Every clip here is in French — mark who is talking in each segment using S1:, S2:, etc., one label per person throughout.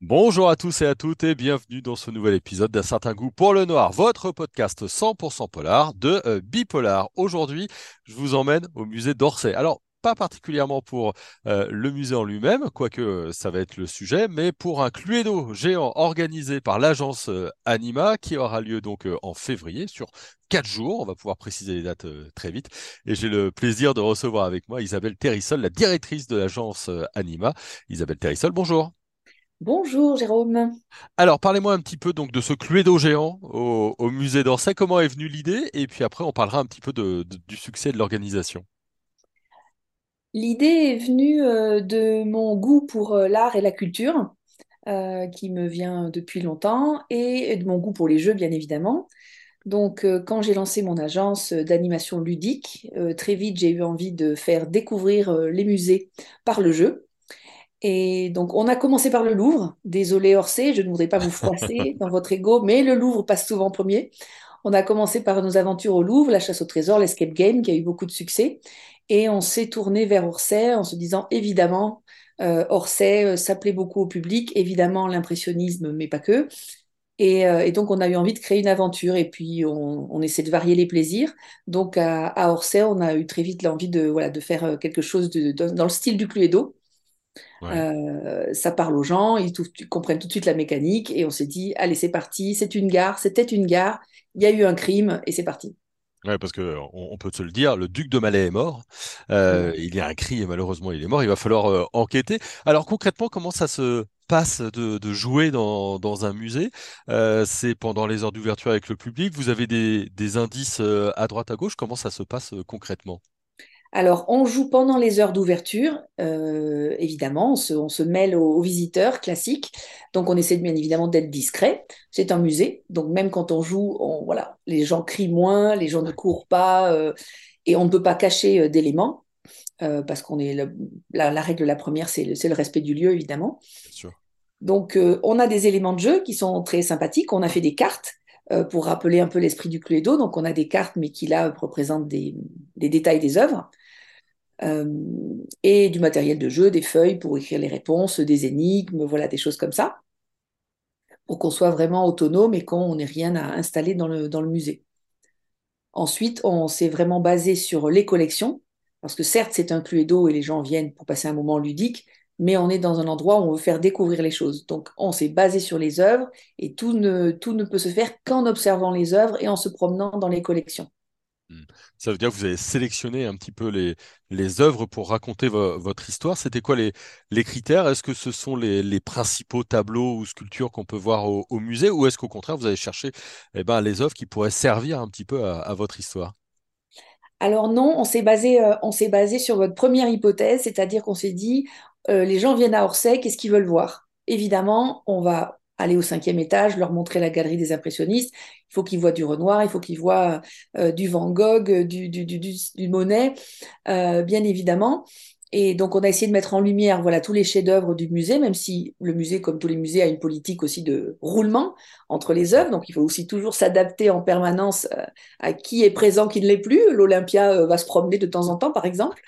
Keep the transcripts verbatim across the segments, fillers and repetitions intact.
S1: Bonjour à tous et à toutes et bienvenue dans ce nouvel épisode d'Un certain goût pour le noir, votre podcast cent pour cent polar de euh, Bipolar. Aujourd'hui, je vous emmène au musée d'Orsay. Alors, pas particulièrement pour euh, le musée en lui-même, quoique euh, ça va être le sujet, mais pour un Cluedo géant organisé par l'agence euh, Anima qui aura lieu donc euh, en février sur quatre jours. On va pouvoir préciser les dates euh, très vite. Et j'ai le plaisir de recevoir avec moi Isabelle Terissol, la directrice de l'agence euh, Anima. Isabelle Terissol, bonjour.
S2: Bonjour Jérôme.
S1: Alors, parlez-moi un petit peu donc de ce Cluedo géant au, au musée d'Orsay. Comment est venue l'idée? Et puis après, on parlera un petit peu de- de- du succès de l'organisation.
S2: L'idée est venue euh, de mon goût pour euh, l'art et la culture, euh, qui me vient depuis longtemps, et de mon goût pour les jeux, bien évidemment. Donc, euh, quand j'ai lancé mon agence euh, d'animation ludique, euh, très vite, j'ai eu envie de faire découvrir euh, les musées par le jeu. Et donc, on a commencé par le Louvre. Désolé Orsay, je ne voudrais pas vous froisser dans votre ego, mais le Louvre passe souvent premier. On a commencé par nos aventures au Louvre, la chasse au trésor, l'escape game, qui a eu beaucoup de succès. Et on s'est tourné vers Orsay en se disant, évidemment, euh, Orsay, euh, ça plaît beaucoup au public, évidemment l'impressionnisme, mais pas que. Et, euh, et donc, on a eu envie de créer une aventure et puis on, on essaie de varier les plaisirs. Donc, à, à Orsay, on a eu très vite l'envie de, voilà, de faire euh, quelque chose de, de- dans le style du Cluedo.
S1: Ouais.
S2: Euh, ça parle aux gens, ils, tout- ils comprennent tout de suite la mécanique et on s'est dit, allez, c'est parti, c'est une gare, c'était une gare, il y a eu un crime et c'est parti.
S1: Ouais, parce que on, on peut se le dire, le duc de Malais est mort. Euh,
S2: Voilà.
S1: il y a un cri et malheureusement il est mort. Il va falloir euh, enquêter. Alors concrètement, comment ça se passe de, de jouer dans, dans un musée? Euh, c'est pendant les heures d'ouverture avec le public. Vous avez des, des indices euh, à droite à gauche. Comment ça se passe euh, concrètement?
S2: Alors, on joue pendant les heures d'ouverture, euh, évidemment, on se, on se mêle aux, aux visiteurs classiques. Donc, on essaie bien évidemment d'être discret. C'est un musée, donc même quand on joue, on, voilà, les gens crient moins, les gens ne courent pas, euh, et on ne peut pas cacher euh, d'éléments, euh, parce qu'on est le- la, la règle la première, c'est le, c'est le respect du lieu, évidemment.
S1: Bien sûr.
S2: Donc, euh, on a des éléments de jeu qui sont très sympathiques. On a fait des cartes euh, pour rappeler un peu l'esprit du Cluedo. Donc, on a des cartes, mais qui là représentent des, des détails des œuvres. Euh, et du matériel de jeu, des feuilles pour écrire les réponses, des énigmes, voilà, des choses comme ça, pour qu'on soit vraiment autonome et qu'on n'ait rien à installer dans le, dans le musée. Ensuite, on s'est vraiment basé sur les collections, parce que certes, c'est un Cluedo et les gens viennent pour passer un moment ludique, mais on est dans un endroit où on veut faire découvrir les choses. Donc, on s'est basé sur les œuvres et tout ne, tout ne peut se faire qu'en observant les œuvres et en se promenant dans les collections.
S1: Hmm. Ça veut dire que vous avez sélectionné un petit peu les, les œuvres pour raconter vo- votre histoire. C'était quoi les, les critères? Est-ce que ce sont les, les principaux tableaux ou sculptures qu'on peut voir au, au musée ou est-ce qu'au contraire, vous avez cherché eh ben, les œuvres qui pourraient servir un petit peu à, à votre histoire?
S2: Alors non, on s'est basé, euh, on s'est basé sur votre première hypothèse, c'est-à-dire qu'on s'est dit, euh, les gens viennent à Orsay, qu'est-ce qu'ils veulent voir? Évidemment, on va aller au cinquième étage, leur montrer la galerie des impressionnistes. Il faut qu'ils voient du Renoir, il faut qu'ils voient euh, du Van Gogh, euh, du, du, du, du, du Monet, euh, bien évidemment. Et donc, on a essayé de mettre en lumière, voilà, tous les chefs-d'œuvre du musée, même si le musée, comme tous les musées, a une politique aussi de roulement entre
S1: Bien
S2: les
S1: sûr.
S2: œuvres. Donc, il faut aussi toujours s'adapter en permanence euh, à qui est présent, qui ne l'est plus. L'Olympia euh, va se promener de temps en temps, par exemple.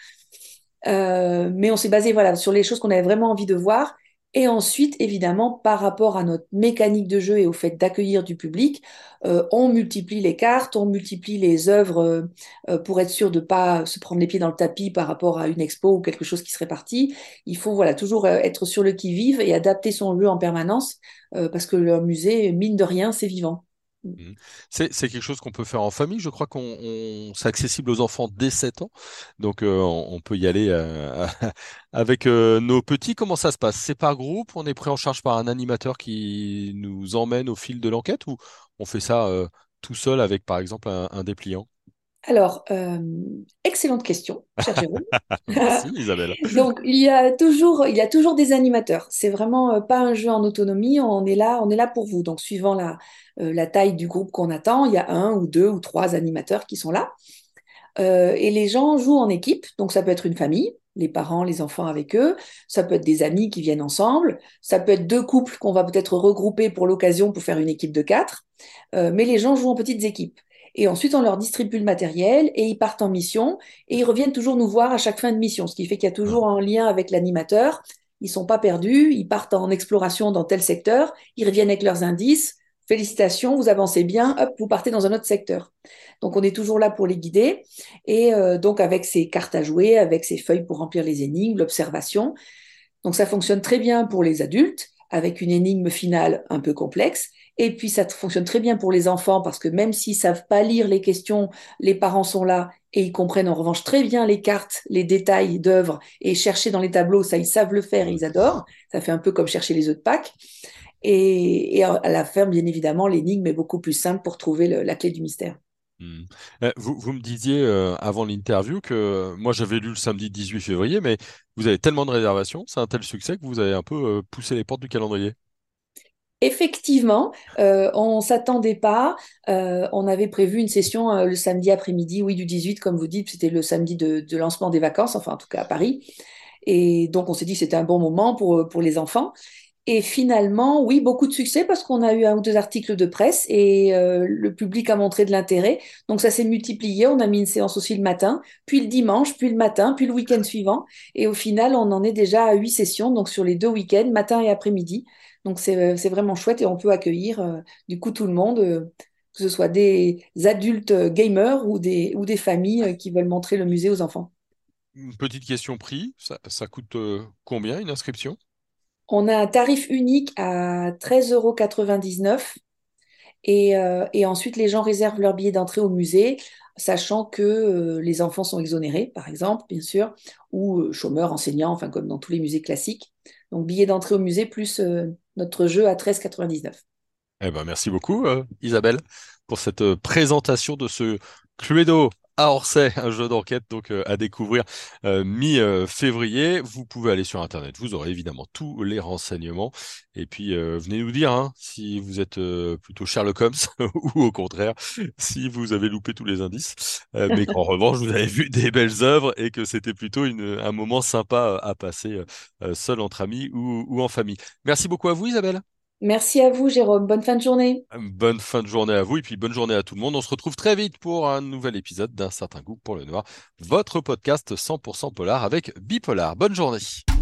S2: Euh, mais on s'est basé voilà, sur les choses qu'on avait vraiment envie de voir. Et ensuite, évidemment, par rapport à notre mécanique de jeu et au fait d'accueillir du public, euh, on multiplie les cartes, on multiplie les œuvres euh, euh, pour être sûr de ne pas se prendre les pieds dans le tapis par rapport à une expo ou quelque chose qui serait parti. Il faut voilà, toujours euh, être sur le qui-vive et adapter son jeu en permanence euh, parce que le musée, mine de rien, c'est vivant.
S1: Mhm. C'est, c'est quelque chose qu'on peut faire en famille. Je crois qu'on on- c'est accessible aux enfants dès sept ans. Donc, euh, on, on peut y aller euh, avec euh, nos petits. Comment ça se passe? C'est par groupe? On est pris en charge par un animateur qui nous emmène au fil de l'enquête ou on fait ça euh, tout seul avec, par exemple, un, un dépliant?
S2: Alors, euh, excellente question, cher Jérôme.
S1: Merci, Isabelle.
S2: Donc, il y a toujours, il y a toujours des animateurs. C'est vraiment euh, pas un jeu en autonomie. On est là, on est là pour vous. Donc, suivant la, euh, la taille du groupe qu'on attend, il y a un ou deux ou trois animateurs qui sont là. Euh, et les gens jouent en équipe. Donc, ça peut être une famille, les parents, les enfants avec eux. Ça peut être des amis qui viennent ensemble. Ça peut être deux couples qu'on va peut-être regrouper pour l'occasion pour faire une équipe de quatre. Euh, mais les gens jouent en petites équipes. Et ensuite, on leur distribue le matériel et ils partent en mission et ils reviennent toujours nous voir à chaque fin de mission, ce qui fait qu'il y a toujours un lien avec l'animateur ils sont pas perdus, ils partent en exploration dans tel secteur, ils reviennent avec leurs indices. Félicitations, vous avancez bien, hop, vous partez dans un autre secteur. Donc on est toujours là pour les guider et euh, donc avec ces cartes à jouer, avec ces feuilles pour remplir les énigmes, l'observation. Donc ça fonctionne très bien pour les adultes avec une énigme finale un peu complexe. Et puis ça fonctionne très bien pour les enfants parce que même s'ils savent pas lire les questions, les parents sont là et ils comprennent en revanche très bien les cartes, les détails d'œuvres et chercher dans les tableaux, ça ils savent le faire et ils adorent. Ça fait un peu comme chercher les œufs de Pâques. Et, et à la fin, bien évidemment, l'énigme est beaucoup plus simple pour trouver le- la clé du mystère.
S1: Hmm. Euh, Vous, vous me disiez euh, avant l'interview que euh, moi j'avais lu le samedi dix-huit février, mais vous avez tellement de réservations, c'est un tel succès que vous avez un peu euh, poussé les portes du calendrier.
S2: Effectivement, euh, on s'attendait pas. Euh, on avait prévu une session euh, le samedi après-midi, oui, du dix-huit, comme vous dites, c'était le samedi de, de lancement des vacances, enfin en tout cas à Paris. Et donc on s'est dit que c'était un bon moment pour, pour les enfants. Et finalement, oui, beaucoup de succès parce qu'on a eu un ou deux articles de presse et euh, le public a montré de l'intérêt. Donc ça s'est multiplié. On a mis une séance aussi le matin, puis le dimanche, puis le matin, puis le week-end suivant. Et au final, on en est déjà à huit sessions, donc sur les deux week-ends, matin et après-midi. Donc c'est euh, c'est vraiment chouette et on peut accueillir euh, du coup tout le monde, euh, que ce soit des adultes euh, gamers ou des, ou des familles euh, qui veulent montrer le musée aux enfants.
S1: Une petite question prix, ça, ça coûte euh, combien une inscription?
S2: On a un tarif unique à treize euros quatre-vingt-dix-neuf. Et, euh, et ensuite, les gens réservent leur billet d'entrée au musée, sachant que euh, les enfants sont exonérés, par exemple, bien sûr, ou euh, chômeurs, enseignants, enfin comme dans tous les musées classiques. Donc, billet d'entrée au musée plus euh, notre jeu à treize quatre-vingt-dix-neuf.
S1: Eh ben, merci beaucoup, euh, Isabelle, pour cette euh, présentation de ce Cluedo à Orsay, un jeu d'enquête donc euh, à découvrir euh, mi-février. Vous pouvez aller sur Internet, vous aurez évidemment tous les renseignements. Et puis, euh, venez nous dire hein, si vous êtes euh, plutôt Sherlock Holmes ou au contraire, si vous avez loupé tous les indices, euh, mais qu'en revanche, vous avez vu des belles œuvres et que c'était plutôt une, un moment sympa à passer euh, euh, seul entre amis ou, ou en famille. Merci beaucoup à vous, Isabelle.
S2: Merci à vous, Jérôme. Bonne fin de journée.
S1: Bonne fin de journée à vous et puis bonne journée à tout le monde. On se retrouve très vite pour un nouvel épisode d'Un certain goût pour le noir, votre podcast cent pour cent polar avec Bipolar. Bonne journée.